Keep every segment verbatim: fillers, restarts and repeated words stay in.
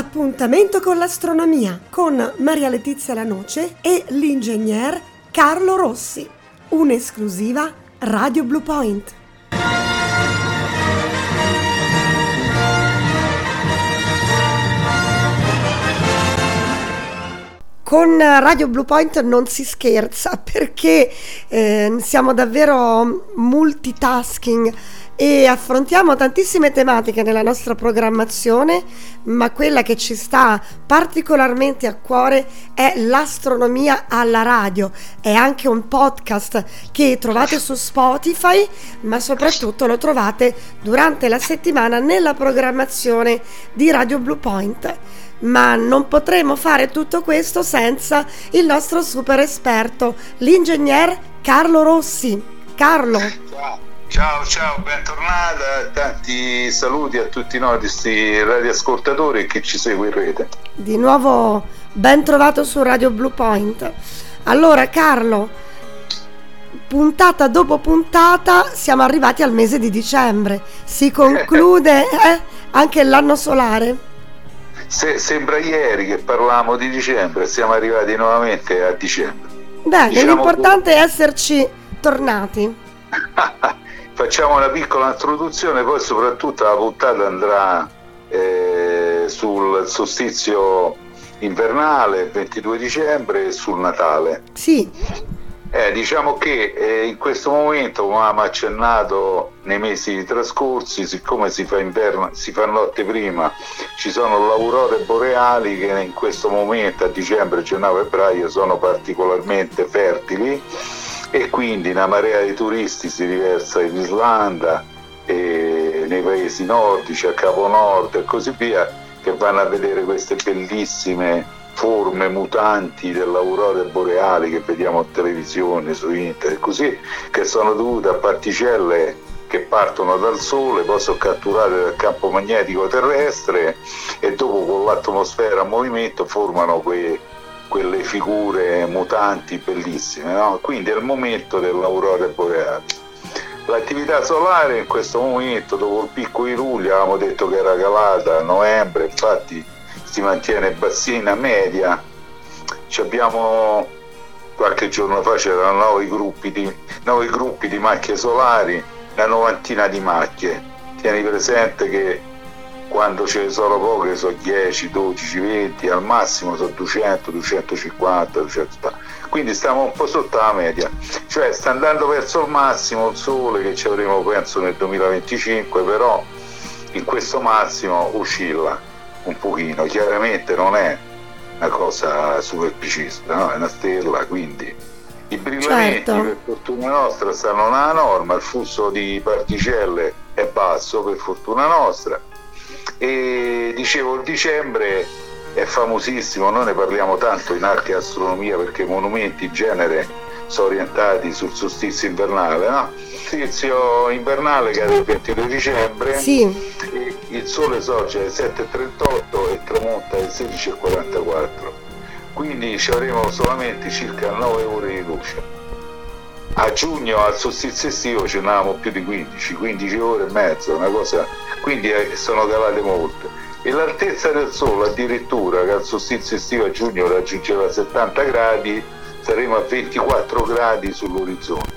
Appuntamento con l'astronomia con Maria Letizia Lanoce e l'ingegner Carlo Rossi. Un'esclusiva Radio Blue Point. Con Radio Blue Point non si scherza perché eh, siamo davvero multitasking e affrontiamo tantissime tematiche nella nostra programmazione, ma quella che ci sta particolarmente a cuore è l'astronomia alla radio. È anche un podcast che trovate su Spotify, ma soprattutto lo trovate durante la settimana nella programmazione di Radio Blue Point. Ma non potremo fare tutto questo senza il nostro super esperto, l'ingegner Carlo Rossi. Carlo. Ciao. Ciao, ciao, bentornata, tanti saluti a tutti i nostri radioascoltatori e chi ci segue in rete. Di nuovo ben trovato su Radio Blue Point. Allora Carlo, puntata dopo puntata siamo arrivati al mese di dicembre, si conclude eh, anche l'anno solare. Se, sembra ieri che parlavamo di dicembre, siamo arrivati nuovamente a dicembre. Beh, diciamo l'importante pure... è esserci tornati. Facciamo una piccola introduzione, poi soprattutto la puntata andrà eh, sul solstizio invernale, il ventidue dicembre, e sul Natale. Sì. Eh, diciamo che eh, in questo momento, come avevamo accennato nei mesi trascorsi, siccome si fa inverno, si fa notte prima, ci sono le aurore boreali che in questo momento, a dicembre, gennaio e febbraio, sono particolarmente fertili. E quindi una marea di turisti si riversa in Islanda e nei paesi nordici, a Capo Nord e così via, che vanno a vedere queste bellissime forme mutanti dell'aurore boreali che vediamo in televisione, su internet, così, che sono dovute a particelle che partono dal Sole, poi sono catturate dal campo magnetico terrestre e dopo con l'atmosfera a movimento formano quei quelle figure mutanti bellissime, no? Quindi è il momento dell'aurora boreale. L'attività solare in questo momento, dopo il picco di luglio, avevamo detto che era calata a novembre, infatti si mantiene bassina media. Ci abbiamo, qualche giorno fa c'erano nove gruppi di, nove gruppi di macchie solari, una novantina di macchie. Tieni presente che quando ce ne sono poche sono dieci, dodici, venti, al massimo sono duecento, duecentocinquanta, duecento. Quindi stiamo un po' sotto la media, cioè sta andando verso il massimo il Sole, che ci avremo penso nel duemilaventicinque, però in questo massimo oscilla un pochino, chiaramente non è una cosa super precisa, no? È una stella, quindi i brillamenti, certo, per fortuna nostra stanno nella norma, il flusso di particelle è basso per fortuna nostra. E dicevo, il dicembre è famosissimo, noi ne parliamo tanto in arte e astronomia perché i monumenti in genere sono orientati sul solstizio invernale, no? Il solstizio invernale che è il ventidue dicembre, sì. E il sole sorge alle sette e trentotto e tramonta alle sedici e quarantaquattro, quindi ci avremo solamente circa nove ore di luce. A giugno al solstizio estivo ce n'avevamo più di quindici, quindici ore e mezzo, una cosa, quindi sono calate molte. E l'altezza del Sole addirittura, che al solstizio estivo a giugno raggiungeva settanta gradi, saremo a ventiquattro gradi sull'orizzonte.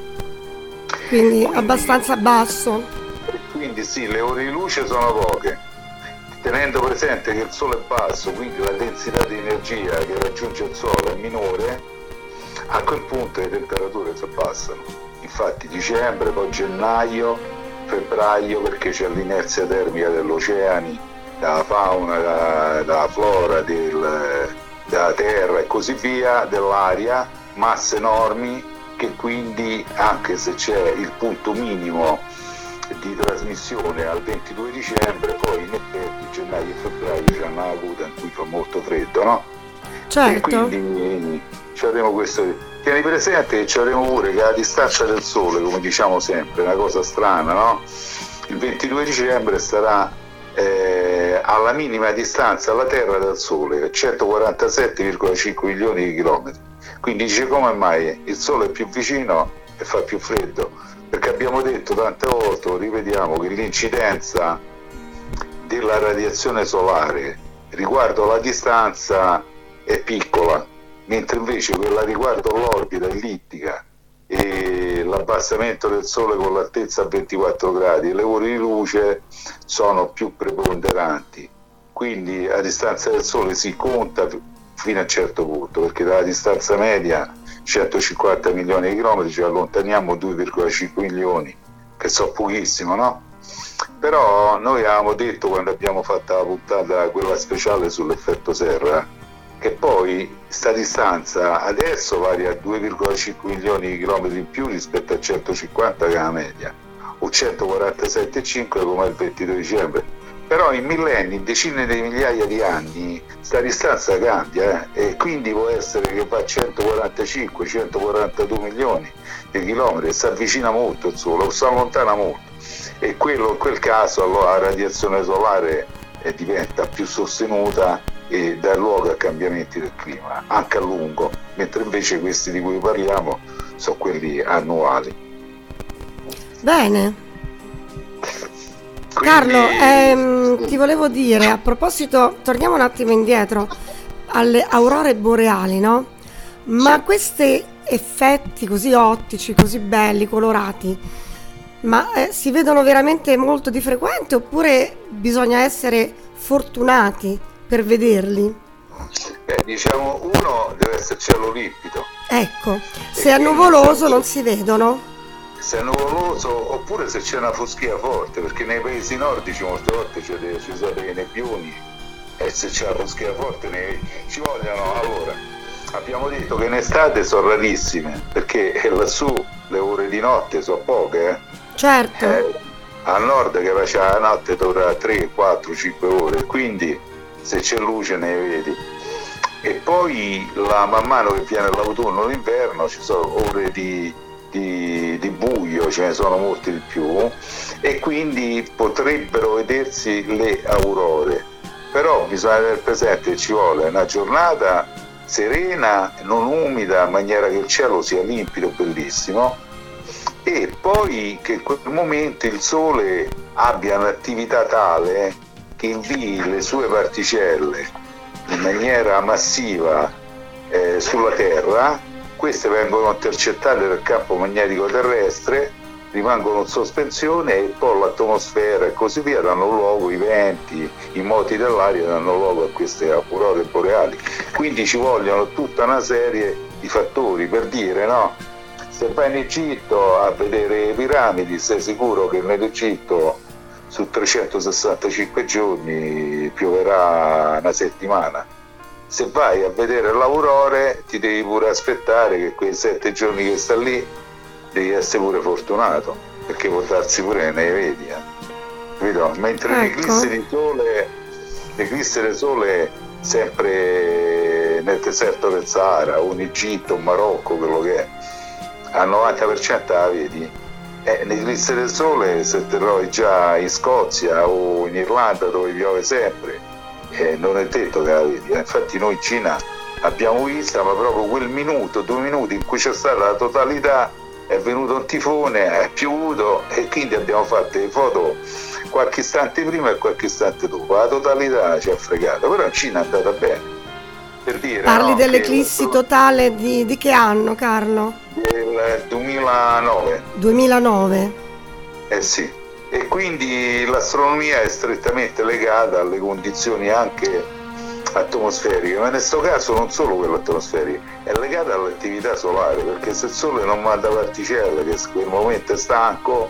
Quindi, quindi abbastanza basso. Quindi sì, le ore di luce sono poche. Tenendo presente che il Sole è basso, quindi la densità di energia che raggiunge il Sole è minore, a quel punto le temperature si abbassano. Infatti dicembre, poi gennaio, febbraio, perché c'è l'inerzia termica degli oceani, della fauna, della, della flora, del, della terra e così via, dell'aria, masse enormi che quindi, anche se c'è il punto minimo di trasmissione al ventidue dicembre, poi in effetti gennaio e febbraio c'è una coda in cui fa molto freddo, no? Certo. E quindi ci avremo questo. Tieni presente che ci avremo pure che la distanza del Sole, come diciamo sempre, è una cosa strana, no? Il ventidue dicembre starà eh, alla minima distanza alla Terra dal Sole, centoquarantasette virgola cinque milioni di chilometri. Quindi dice, come mai il Sole è più vicino e fa più freddo? Perché abbiamo detto tante volte, lo ripetiamo, che l'incidenza della radiazione solare riguardo la distanza è piccola, mentre invece quella riguardo l'orbita ellittica e l'abbassamento del Sole con l'altezza a ventiquattro gradi e le ore di luce sono più preponderanti. Quindi a distanza del Sole si conta fino a un certo punto, perché dalla distanza media centocinquanta milioni di chilometri ci allontaniamo due virgola cinque milioni, che so pochissimo, no? Però noi avevamo detto, quando abbiamo fatto la puntata quella speciale sull'effetto serra, che poi sta distanza adesso varia a due virgola cinque milioni di chilometri in più rispetto a centocinquanta che è la media, o centoquarantasette virgola cinque come il ventidue dicembre. Però in millenni, in decine di migliaia di anni, sta distanza cambia, eh? E quindi può essere che va a centoquarantacinque centoquarantadue milioni di chilometri, si avvicina molto il Sole, o si allontana molto, e quello, in quel caso allora la radiazione solare eh, diventa più sostenuta e dà luogo a cambiamenti del clima anche a lungo, mentre invece questi di cui parliamo sono quelli annuali. Bene. Quindi, Carlo, ehm, ti volevo dire, a proposito, torniamo un attimo indietro alle aurore boreali, no? Ma sì. questi effetti così ottici, così belli, colorati, ma eh, si vedono veramente molto di frequente oppure bisogna essere fortunati per vederli? Beh, diciamo, uno deve essere cielo limpido. Ecco, se è nuvoloso non si vedono. Se è nuvoloso, oppure se c'è una foschia forte, perché nei paesi nordici molte volte ci sono dei nebbioni e se c'è la foschia forte ne, ci vogliono. Allora, abbiamo detto che in estate sono rarissime, perché lassù le ore di notte sono poche, eh? Certo. Eh, al nord che faccia la notte dura tre, quattro, cinque ore, quindi se c'è luce ne vedi. E poi la, man mano che viene l'autunno e l'inverno ci sono ore di Di, di buio, ce ne sono molti di più, e quindi potrebbero vedersi le aurore. Però bisogna avere presente che ci vuole una giornata serena, non umida, in maniera che il cielo sia limpido, bellissimo, e poi che in quel momento il Sole abbia un'attività tale che invii le sue particelle in maniera massiva eh, sulla Terra. Queste vengono intercettate dal campo magnetico terrestre, rimangono in sospensione e poi l'atmosfera e così via danno luogo, i venti, i moti dell'aria danno luogo a queste aurore boreali. Quindi ci vogliono tutta una serie di fattori, per dire, no? Se vai in Egitto a vedere le piramidi, sei sicuro che nell'Egitto su trecentosessantacinque giorni pioverà una settimana. Se vai a vedere l'aurore ti devi pure aspettare che quei sette giorni che sta lì devi essere pure fortunato, perché può darsi pure che ne vedi, eh. Capito? Mentre Ecco. l'eclisse di sole, l'eclisse del sole sempre nel deserto del Sahara, o in Egitto, o Marocco, quello che è, al novanta per cento la vedi. Eh, l'eclisse del sole se te trovi già in Scozia o in Irlanda dove piove sempre, Eh, non è detto che la vedi, eh. Infatti noi in Cina abbiamo vista, ma proprio quel minuto, due minuti in cui c'è stata la totalità, è venuto un tifone, è piovuto e quindi abbiamo fatto le foto qualche istante prima e qualche istante dopo. La totalità ci ha fregato, però in Cina è andata bene. Per dire, Parli no, dell'eclissi che totale di, di che anno, Carlo? del duemilanove. duemilanove. Eh sì. E quindi l'astronomia è strettamente legata alle condizioni anche atmosferiche, ma in questo caso non solo quelle atmosferiche, è legata all'attività solare, perché se il Sole non manda particelle, che in quel momento è stanco,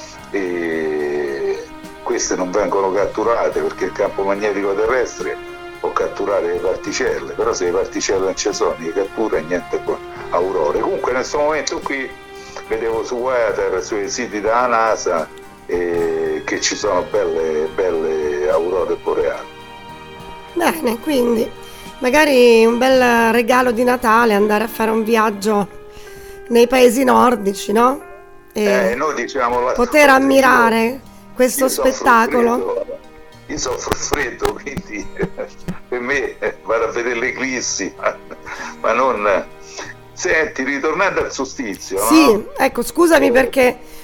e queste non vengono catturate perché il campo magnetico terrestre può catturare le particelle, però se le particelle non ci sono, le cattura e niente aurore. Comunque in questo momento qui vedevo su Weather, sui siti della NASA, e che ci sono belle, belle aurore boreali. Bene, quindi magari un bel regalo di Natale andare a fare un viaggio nei paesi nordici, no? E Eh, noi diciamo la poter ammirare io, questo io soffro spettacolo. freddo, io soffro freddo, quindi per me vado a vedere l'eclissi, ma, ma non. Senti, ritornando al solstizio, Sì, no? ecco, scusami perché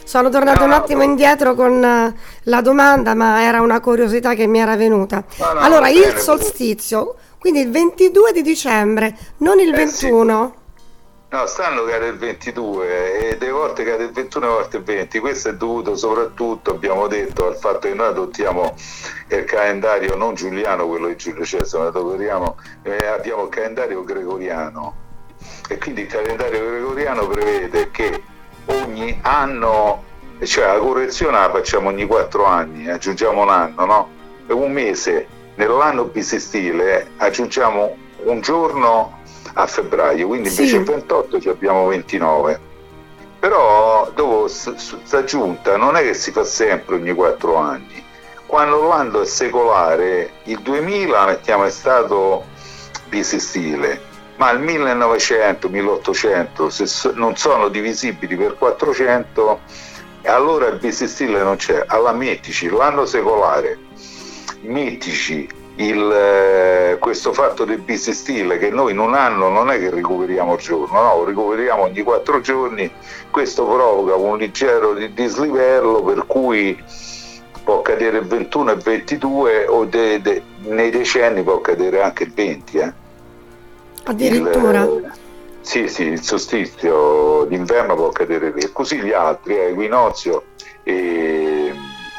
sono tornata no, un attimo no, indietro con uh, la domanda, ma era una curiosità che mi era venuta. no, no, Allora, il bene, solstizio, quindi il ventidue di dicembre, non il eh sì. ventuno? No, stanno cade il ventidue e delle volte cade il ventuno e volte il venti. Questo è dovuto soprattutto, abbiamo detto, al fatto che noi adottiamo il calendario non giuliano, quello di Giulio Cesare, ma adottiamo, eh, abbiamo il calendario gregoriano. E quindi il calendario gregoriano prevede che ogni anno, cioè la correzione la facciamo ogni quattro anni, aggiungiamo un anno, no? E un mese nell'anno bisestile aggiungiamo un giorno a febbraio, quindi invece Sì. il ventotto ci abbiamo ventinove. Però dopo questa aggiunta non è che si fa sempre ogni quattro anni. Quando l'anno è secolare, il duemila mettiamo è stato bisestile, ma il millenovecento, milleottocento se so, non sono divisibili per quattrocento, allora il bisestile non c'è. Allora mettici l'anno secolare, mettici il, eh, questo fatto del bisestile, che noi in un anno non è che recuperiamo il giorno, no, lo recuperiamo ogni quattro giorni. Questo provoca un leggero dislivello, per cui può cadere il ventuno e il ventidue, o de, de, nei decenni può cadere anche il venti, eh. Addirittura? Il, sì, sì, il solstizio d'inverno può cadere lì, così gli altri, eh, equinozio e,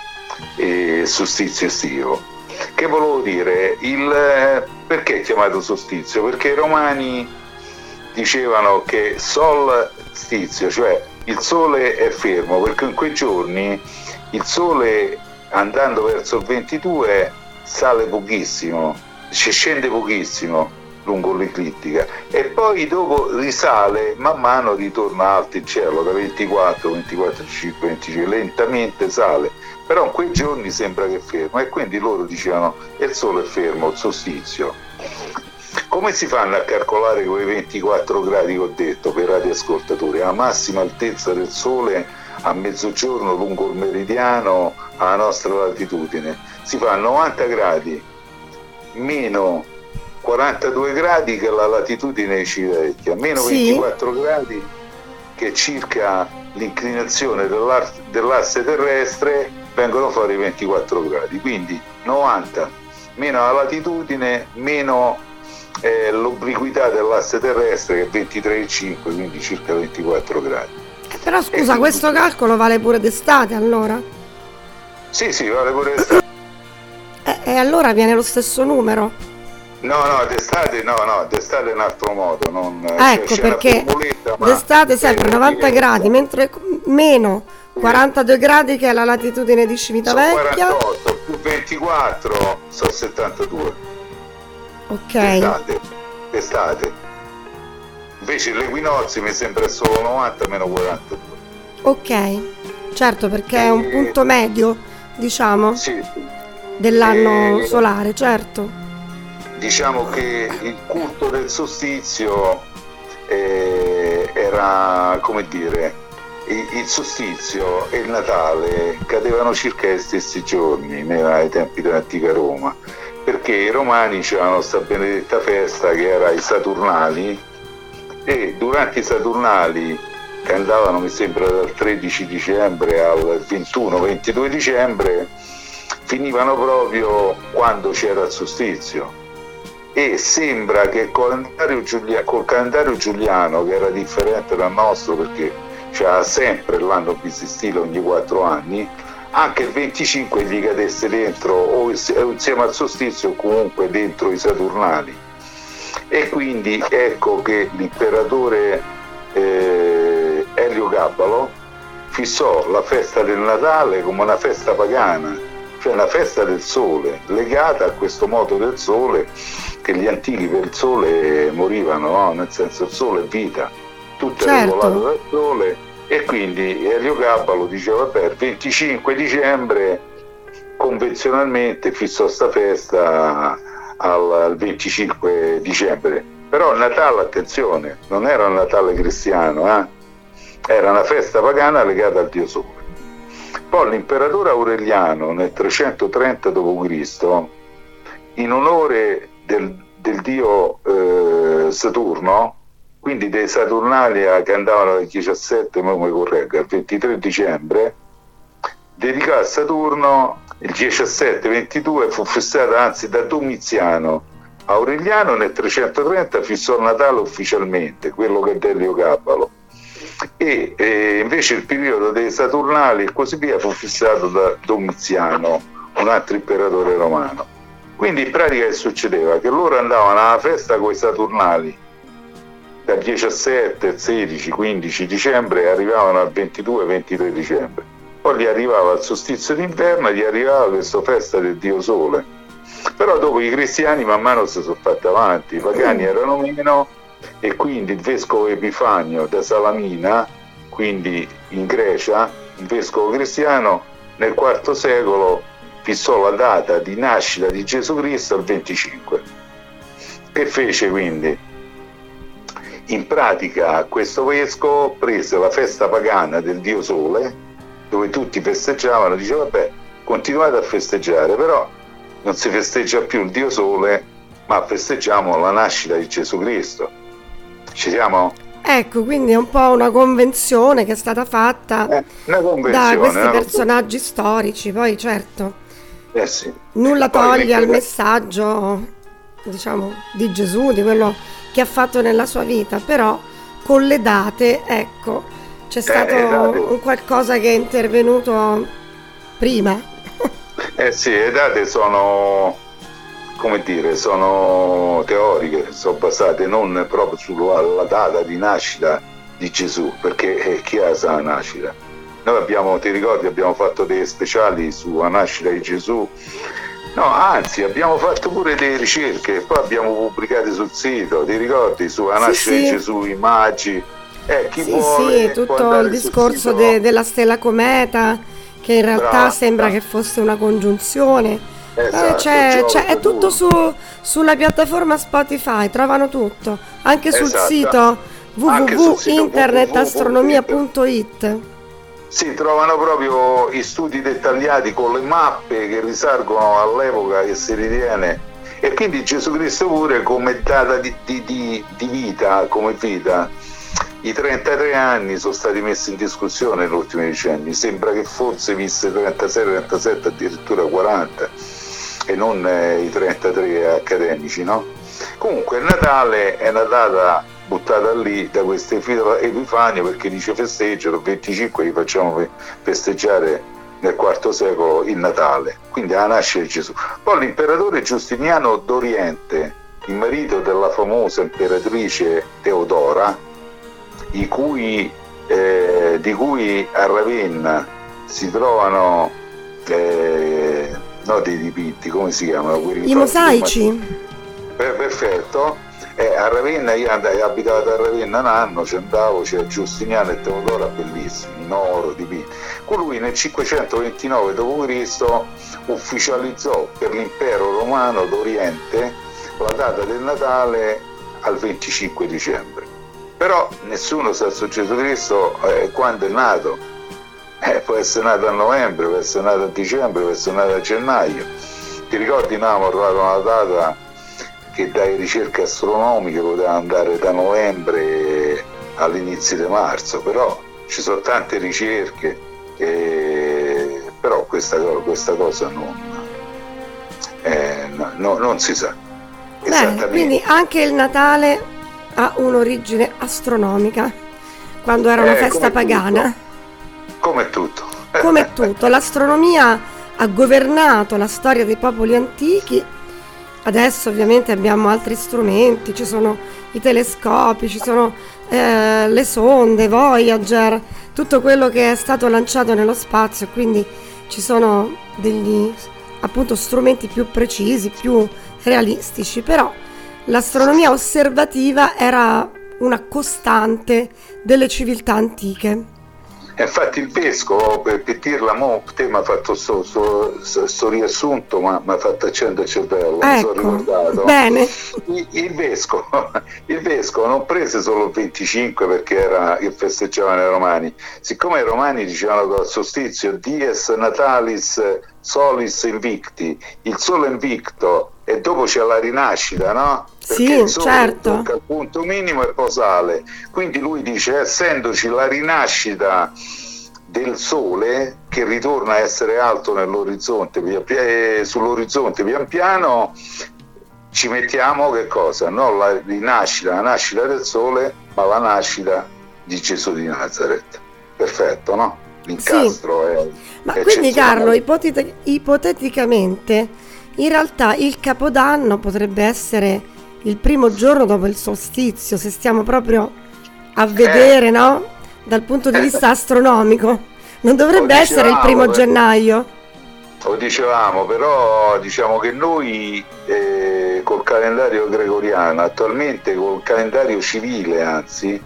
e solstizio estivo. Che volevo dire? Il, perché è chiamato solstizio? Perché i romani dicevano che solstizio, cioè il sole è fermo, perché in quei giorni il sole, andando verso il ventidue, sale pochissimo, ci scende pochissimo lungo l'eclittica e poi dopo risale, man mano ritorna alto in cielo, da ventiquattro, ventiquattro virgola cinque, venticinque, lentamente sale, però in quei giorni sembra che è fermo, e quindi loro dicevano il sole è fermo, il solstizio. Come si fanno a calcolare quei ventiquattro gradi che ho detto per radioascoltatori? La massima altezza del sole a mezzogiorno lungo il meridiano alla nostra latitudine. Si fa novanta gradi meno quarantadue gradi, che è la latitudine di Civitavecchia, meno Sì. ventiquattro gradi, che è circa l'inclinazione dell'asse terrestre, vengono fuori ventiquattro gradi. Quindi novanta meno la latitudine meno eh, l'obliquità dell'asse terrestre, che è ventitré virgola cinque, quindi circa ventiquattro gradi. Però scusa, quindi, questo calcolo vale pure d'estate allora? Sì, sì, vale pure d'estate. E, e allora viene lo stesso numero? No, no, d'estate no, no, d'estate è un altro modo. Non, Ecco, c'è perché d'estate sempre novanta gradi, mentre menno quarantadue gradi, che è la latitudine di Civitavecchia. Sono quarantotto più ventiquattro sono settantadue. Ok. D'estate, d'estate. Invece l'equinozio mi sembra solo novanta meno quarantadue. Ok, certo, perché è un punto medio, diciamo, sì, dell'anno e, solare, certo. Diciamo che il culto del solstizio eh, era, come dire, il, il solstizio e il Natale cadevano circa gli stessi giorni nei tempi dell'antica Roma, perché i romani c'erano questa benedetta festa che era i Saturnali, e durante i Saturnali, che andavano mi sembra dal tredici dicembre al ventuno ventidue dicembre, finivano proprio quando c'era il solstizio. E sembra che col calendario, giulia- col calendario giuliano, che era differente dal nostro perché c'era sempre l'anno bisestile ogni quattro anni, anche il venticinque gli cadesse dentro o insieme al solstizio o comunque dentro i Saturnali. E quindi ecco che l'imperatore eh, Eliogabalo fissò la festa del Natale come una festa pagana, cioè una festa del sole, legata a questo moto del sole, che gli antichi per il sole morivano, no? Nel senso, il sole è vita, tutto è Certo. regolato dal sole, e quindi Eliogabalo diceva, vabbè, il venticinque dicembre convenzionalmente fissò sta festa al, al venticinque dicembre. Però il Natale, attenzione, non era un Natale cristiano, eh? Era una festa pagana legata al dio sole. Poi l'imperatore Aureliano nel trecentotrenta dopo Cristo, in onore del, del dio eh, Saturno, quindi dei Saturnalia che andavano dal diciassette, ma come correggo, al ventitré dicembre, dedicato a Saturno. Il diciassette ventidue fu festata anzi da Domiziano. Aureliano nel trecentotrenta fissò il Natale ufficialmente, quello che è Delio Cabalo, e eh, invece il periodo dei Saturnali e così via fu fissato da Domiziano, un altro imperatore romano. Quindi in pratica che succedeva? Che loro andavano alla festa con i Saturnali dal diciassette, sedici, quindici dicembre e arrivavano al ventidue ventitré dicembre. Poi gli arrivava il solstizio d'inverno e gli arrivava questa festa del Dio Sole. Però dopo i cristiani man mano si sono fatti avanti, i pagani erano meno, e quindi il vescovo Epifanio da Salamina, quindi in Grecia, il vescovo cristiano, nel quarto secolo fissò la data di nascita di Gesù Cristo al venticinque. Che fece quindi? In pratica questo vescovo prese la festa pagana del Dio Sole, dove tutti festeggiavano, diceva vabbè, continuate a festeggiare, però non si festeggia più il Dio Sole, ma festeggiamo la nascita di Gesù Cristo. Ci siamo? Ecco, quindi è un po' una convenzione che è stata fatta eh, una da questi una personaggi storici, poi certo, eh sì. nulla poi toglie al le... messaggio, diciamo, di Gesù, di quello che ha fatto nella sua vita, però con le date, ecco, c'è stato eh, un qualcosa che è intervenuto prima. Eh sì, le date sono, come dire, sono teoriche, sono basate non proprio sulla data di nascita di Gesù, perché eh, chi ha la nascita? Noi abbiamo, ti ricordi, abbiamo fatto dei speciali sulla nascita di Gesù, no, anzi abbiamo fatto pure delle ricerche, poi abbiamo pubblicate sul sito, ti ricordi, sulla Sì, nascita sì. di Gesù, immagini, eh, chi Sì, vuole sì, può tutto andare il sul discorso sito. de- della stella cometa, che in realtà Brava, sembra brava. che fosse una congiunzione. Esatto, Eh, c'è- gioco c'è- è tutto su- su, sulla piattaforma Spotify, trovano tutto, anche sul Esatto. sito Anche w w w sul punto sito internet astronomia punto it. Si trovano proprio i studi dettagliati con le mappe che risalgono all'epoca che si ritiene, e quindi Gesù Cristo pure come data di, di, di, di vita, come vita. I trentatré anni sono stati messi in discussione negli ultimi decenni, sembra che forse visse trentasei trentasette, addirittura quaranta, e non eh, i trentatré accademici, no? Comunque il Natale è una data buttata lì da questo Epifanio, perché dice festeggiano, il venticinque gli facciamo festeggiare nel quarto secolo il Natale, quindi la nascita di Gesù. Poi l'imperatore Giustiniano d'Oriente, il marito della famosa imperatrice Teodora, i cui, eh, di cui a Ravenna si trovano eh, no, dei dipinti, come si chiamano? Quelli I mosaici. Per, perfetto. Eh, a Ravenna, io andai, abitavo a Ravenna un anno, ci andavo, c'era Giustiniano e Teodora bellissimi, in oro, dipinti. Colui nel cinquecentoventinove dopo Cristo ufficializzò per l'impero romano d'Oriente la data del Natale al venticinque dicembre. Però nessuno sa su Gesù Cristo eh, quando è nato. Eh, può essere nato a novembre, può essere nato a dicembre, può essere nato a gennaio. Ti ricordi, no, abbiamo trovato una data che dalle ricerche astronomiche poteva andare da novembre all'inizio di marzo, però ci sono tante ricerche, eh, però questa, questa cosa non, eh, no, no, non si sa. Beh, quindi anche il Natale ha un'origine astronomica, quando era una Eh, festa come pagana. tutto. Come tutto. Come tutto, l'astronomia ha governato la storia dei popoli antichi. Adesso ovviamente abbiamo altri strumenti, ci sono i telescopi, ci sono eh, le sonde, Voyager, tutto quello che è stato lanciato nello spazio, quindi ci sono degli appunto strumenti più precisi, più realistici, però l'astronomia osservativa era una costante delle civiltà antiche. Infatti il vescovo, per, per dirla mo, te mi ha fatto sto, sto, sto riassunto, ma mi ha fatto accendere il cervello, Ecco, mi sono ricordato. Bene. Il, il, vescovo, il vescovo non prese solo il venticinque perché era che festeggiavano i romani, siccome i romani dicevano che al solstizio Dies Natalis Solis Invicti, il sole invicto e dopo c'è la rinascita, no? Perché sì, il sole certo. tocca il punto minimo e poi sale. Quindi lui dice, essendoci la rinascita del sole che ritorna a essere alto nell'orizzonte, sull'orizzonte pian piano, ci mettiamo che cosa? Non la rinascita, la nascita del sole, ma la nascita di Gesù di Nazareth. Perfetto, no? L'incastro sì. è... Ma quindi Carlo, ipotet- ipoteticamente, in realtà il Capodanno potrebbe essere il primo giorno dopo il solstizio, se stiamo proprio a vedere, eh. no? Dal punto di vista astronomico. Non dovrebbe essere il primo gennaio? Lo dicevamo, però diciamo che noi eh, col calendario gregoriano, attualmente col calendario civile anzi,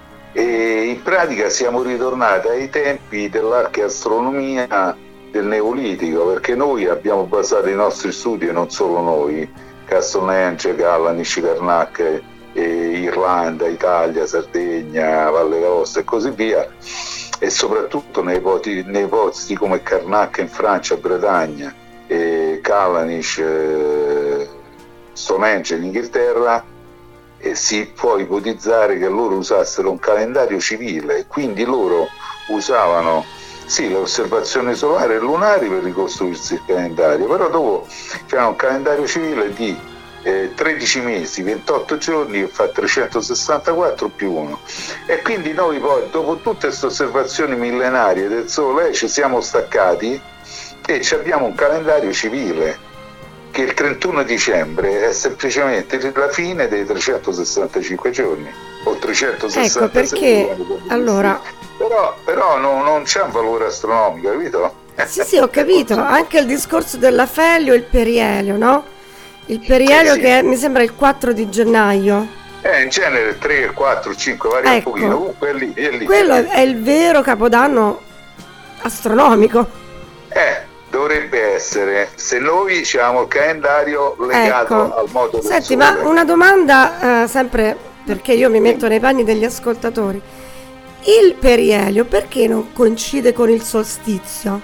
e in pratica siamo ritornati ai tempi dell'archeastronomia del Neolitico, perché noi abbiamo basato i nostri studi, e non solo noi, Castelnance, Callanish, Carnac, Irlanda, Italia, Sardegna, Valle d'Aosta e così via, e soprattutto nei, poti, nei posti come Carnac in Francia, Bretagna, e Callanish, eh, Stonehenge in Inghilterra, e si può ipotizzare che loro usassero un calendario civile, quindi loro usavano sì le osservazioni solari e lunari per ricostruirsi il calendario, però dopo c'era un calendario civile di eh, tredici mesi, ventotto giorni, che fa trecentosessantaquattro più uno, e quindi noi poi dopo tutte queste osservazioni millenarie del Sole ci siamo staccati e abbiamo un calendario civile che il trentuno dicembre è semplicemente la fine dei trecentosessantacinque giorni o trecentosessantasei. Ecco perché allora però, però no, non c'è un valore astronomico, capito? Sì sì, ho capito, anche il discorso dell'afelio e il perielio, no? Il perielio eh, sì. che è, mi sembra il quattro di gennaio. Eh, in genere tre, quattro, cinque, varia ecco. un pochino, comunque è lì, è lì. Quello è il vero capodanno astronomico. Eh dovrebbe essere, se noi abbiamo il calendario legato ecco. al modo del Senti, sole. ma una domanda eh, sempre perché io mi metto nei panni degli ascoltatori. Il perielio perché non coincide con il solstizio?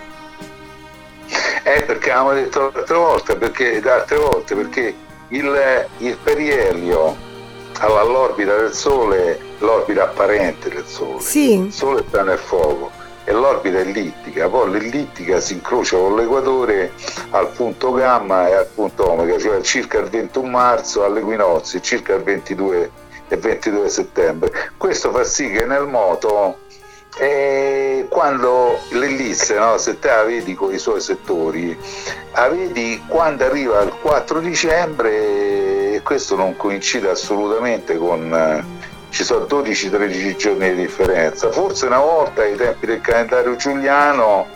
Eh, perché avevamo detto l'altra volta, perché altre volte perché il, il perielio all'orbita del Sole, l'orbita apparente del Sole, sì. il Sole sta nel fuoco e l'orbita ellittica, poi l'ellittica si incrocia con l'equatore al punto gamma e al punto omega, cioè circa il ventuno marzo all'equinozio, circa il ventidue e ventidue settembre. Questo fa sì che nel moto eh, quando l'ellisse, no, se te la vedi con i suoi settori, la vedi quando arriva il quattro dicembre, e questo non coincide assolutamente con ci sono dodici tredici giorni di differenza. Forse una volta ai tempi del calendario giuliano,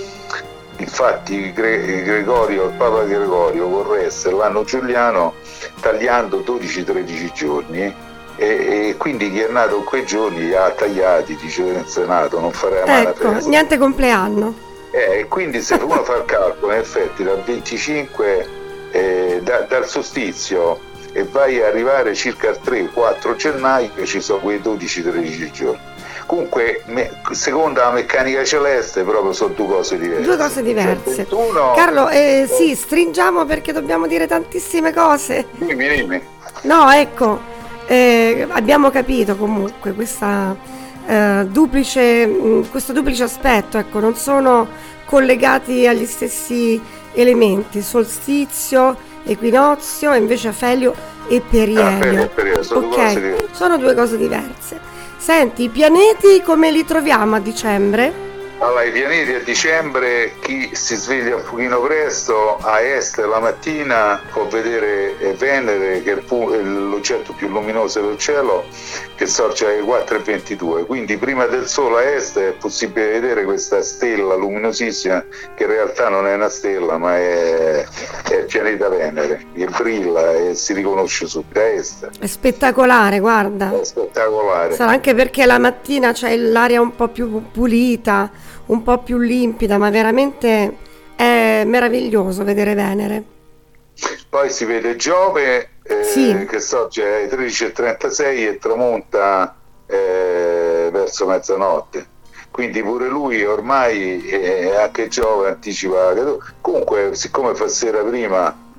infatti Gre- Gregorio, il Papa Gregorio corresse l'anno giuliano tagliando dodici tredici giorni, e, e quindi chi è nato in quei giorni li ha tagliati, diceva in Senato, non farei mai ecco, una festa. Niente compleanno. Eh, quindi se uno fa il calcolo, in effetti dal venticinque eh, da, dal solstizio e vai a arrivare circa al tre quattro gennaio, ci sono quei dodici tredici giorni. Comunque, me, secondo la meccanica celeste, proprio sono due cose diverse. Due cose diverse. ventuno... Carlo, eh, sì, stringiamo perché dobbiamo dire tantissime cose. Dimmi, dimmi. No, ecco, eh, abbiamo capito comunque questa, eh, duplice, mh, questo duplice aspetto, ecco, non sono collegati agli stessi elementi, solstizio, equinozio, invece afelio e perielio. Ah, perielio, perielio. Sono, okay. due cose sono due cose diverse. Senti, i pianeti come li troviamo a dicembre? Allora, i pianeti a dicembre, chi si sveglia un pochino presto, a est la mattina può vedere Venere, che è l'oggetto più luminoso del cielo, che sorge alle quattro e ventidue, quindi prima del Sole a est è possibile vedere questa stella luminosissima, che in realtà non è una stella, ma è, è il pianeta Venere, che brilla e si riconosce subito a est. È spettacolare, guarda. È spettacolare. Sarà anche perché la mattina c'è l'aria un po' più pulita, un po' più limpida, ma veramente è meraviglioso vedere Venere. Poi si vede Giove eh, sì. che sorge alle tredici e trentasei e tramonta eh, verso mezzanotte, quindi pure lui ormai eh, anche Giove anticipa. Comunque, siccome fa sera prima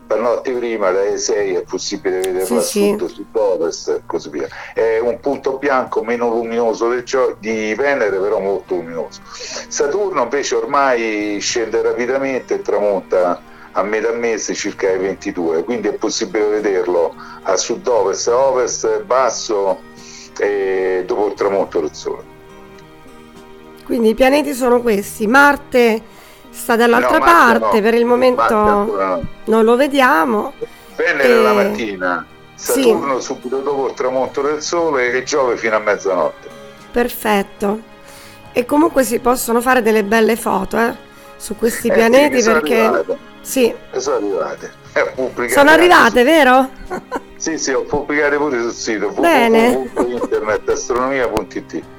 per notte prima alle sei è possibile vederla sì, a sud, sì. sud-ovest e così via. È un punto bianco meno luminoso del gio- di Venere, però molto luminoso. Saturno invece ormai scende rapidamente e tramonta a metà mese, circa ai ventidue, quindi è possibile vederlo a sud-ovest, a ovest, basso e dopo il tramonto del Sole. Quindi i pianeti sono questi. Marte sta dall'altra No, Marte parte, no. per il momento no. non lo vediamo. Venere e... la mattina, Saturno sì. subito dopo il tramonto del Sole e Giove fino a mezzanotte. Perfetto. E comunque si possono fare delle belle foto eh, su questi eh, pianeti sì, perché... Arrivate. Sì. Sono arrivate. Sono arrivate, vero? Sì, sì, ho pubblicato pure sul sito w w w w punto internet astronomia punto i t.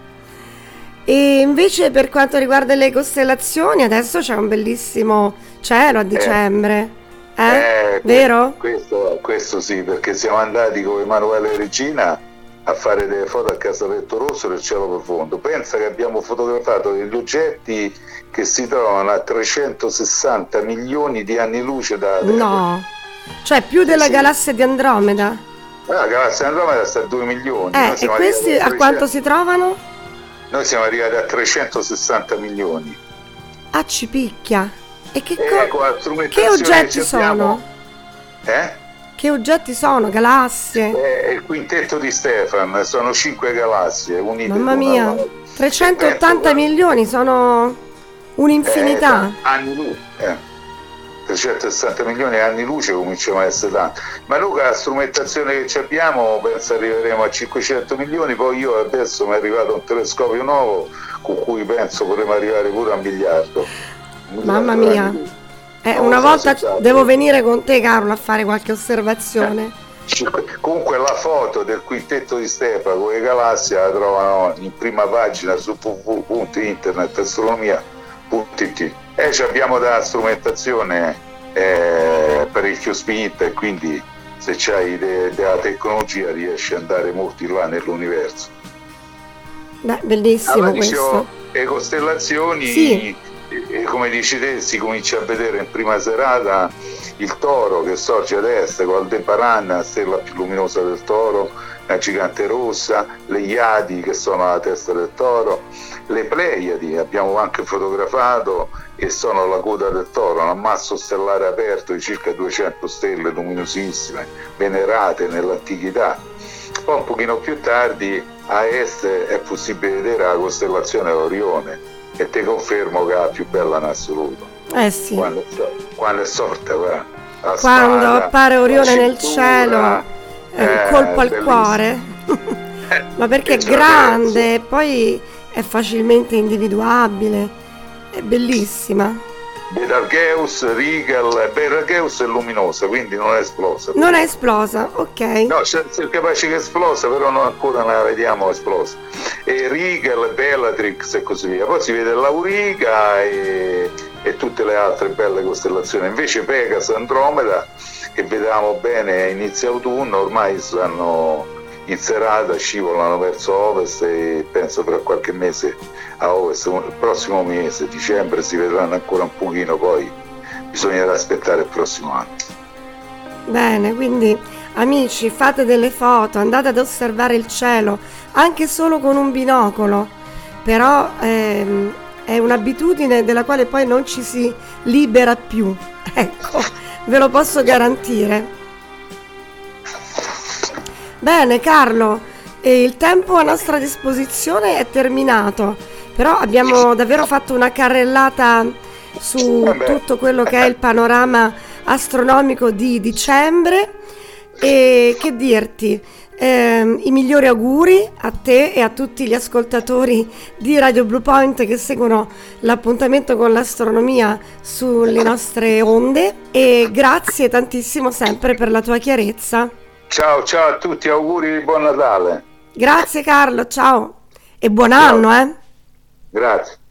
E invece per quanto riguarda le costellazioni, adesso c'è un bellissimo cielo a dicembre, eh? eh? eh Vero? Questo, questo sì, perché siamo andati con Emanuele e Regina a fare delle foto a Casaletto Rosso del cielo profondo. Pensa che abbiamo fotografato degli oggetti che si trovano a trecentosessanta milioni di anni luce da Terra. No, cioè più della sì. galassia di Andromeda. Ah, la galassia di Andromeda sta a due milioni. Eh, e questi a, a quanto si trovano? Noi siamo arrivati a trecentosessanta milioni. Ah, ci picchia. E che, eh, co- che oggetti che sono? Eh? Che oggetti sono? Galassie? È il quintetto di Stefan, sono cinque galassie unite. Mamma mia, trecentottanta milioni, sono un'infinità. Eh, anni luce, eh. trecentosessanta milioni di anni luce cominciamo a essere tanti. Ma Luca, la strumentazione che abbiamo, penso arriveremo a cinquecento milioni, poi io adesso mi è arrivato un telescopio nuovo con cui penso potremo arrivare pure a un miliardo. Un Mamma miliardo mia. Eh, una volta devo venire con te, Carlo, a fare qualche osservazione. Eh, comunque la foto del quintetto di Stefano con le galassie la trovano in prima pagina su w w w punto internet astronomia punto i t. E ci abbiamo della strumentazione eh, per il Q-Spin e quindi se c'hai de- della tecnologia riesci ad andare molto in là nell'universo. Beh, bellissimo allora, dicevo, questo. Le costellazioni... Sì. E come dici te, si comincia a vedere in prima serata il Toro che sorge ad est con Aldebaran, la stella più luminosa del Toro, la gigante rossa, le Iadi che sono alla testa del Toro, le Pleiadi abbiamo anche fotografato e sono la coda del Toro, un ammasso stellare aperto di circa duecento stelle luminosissime venerate nell'antichità. Poi un pochino più tardi a est è possibile vedere la costellazione Orione, e ti confermo che è la più bella in assoluto. Eh sì. Quando, quando è sorta, guarda, la quando spada, appare Orione nel cielo, eh, un colpo al bellissimo. Cuore. Ma perché è grande e poi è facilmente individuabile, è bellissima. Betelgeuse, Rigel, Betelgeuse è luminosa, quindi non è esplosa. Non è esplosa, ok. No, c'è, c'è capace che è esplosa, però non ancora non la vediamo esplosa. E Rigel, Bellatrix e così via. Poi si vede l'Auriga e, e tutte le altre belle costellazioni. Invece Pegasus, Andromeda, che vedevamo bene a inizio autunno, ormai stanno in serata, scivolano verso ovest e penso per qualche mese a ovest, il prossimo mese, dicembre, si vedranno ancora un pochino, poi bisognerà aspettare il prossimo anno. Bene, quindi amici, fate delle foto, andate ad osservare il cielo, anche solo con un binocolo, però ehm, è un'abitudine della quale poi non ci si libera più, ecco, ve lo posso garantire. Bene Carlo, e il tempo a nostra disposizione è terminato, però abbiamo davvero fatto una carrellata su tutto quello che è il panorama astronomico di dicembre e che dirti, eh, i migliori auguri a te e a tutti gli ascoltatori di Radio Blue Point che seguono l'appuntamento con l'astronomia sulle nostre onde e grazie tantissimo sempre per la tua chiarezza. Ciao, ciao a tutti, auguri di buon Natale. Grazie Carlo, ciao e buon ciao. Anno, eh. Grazie.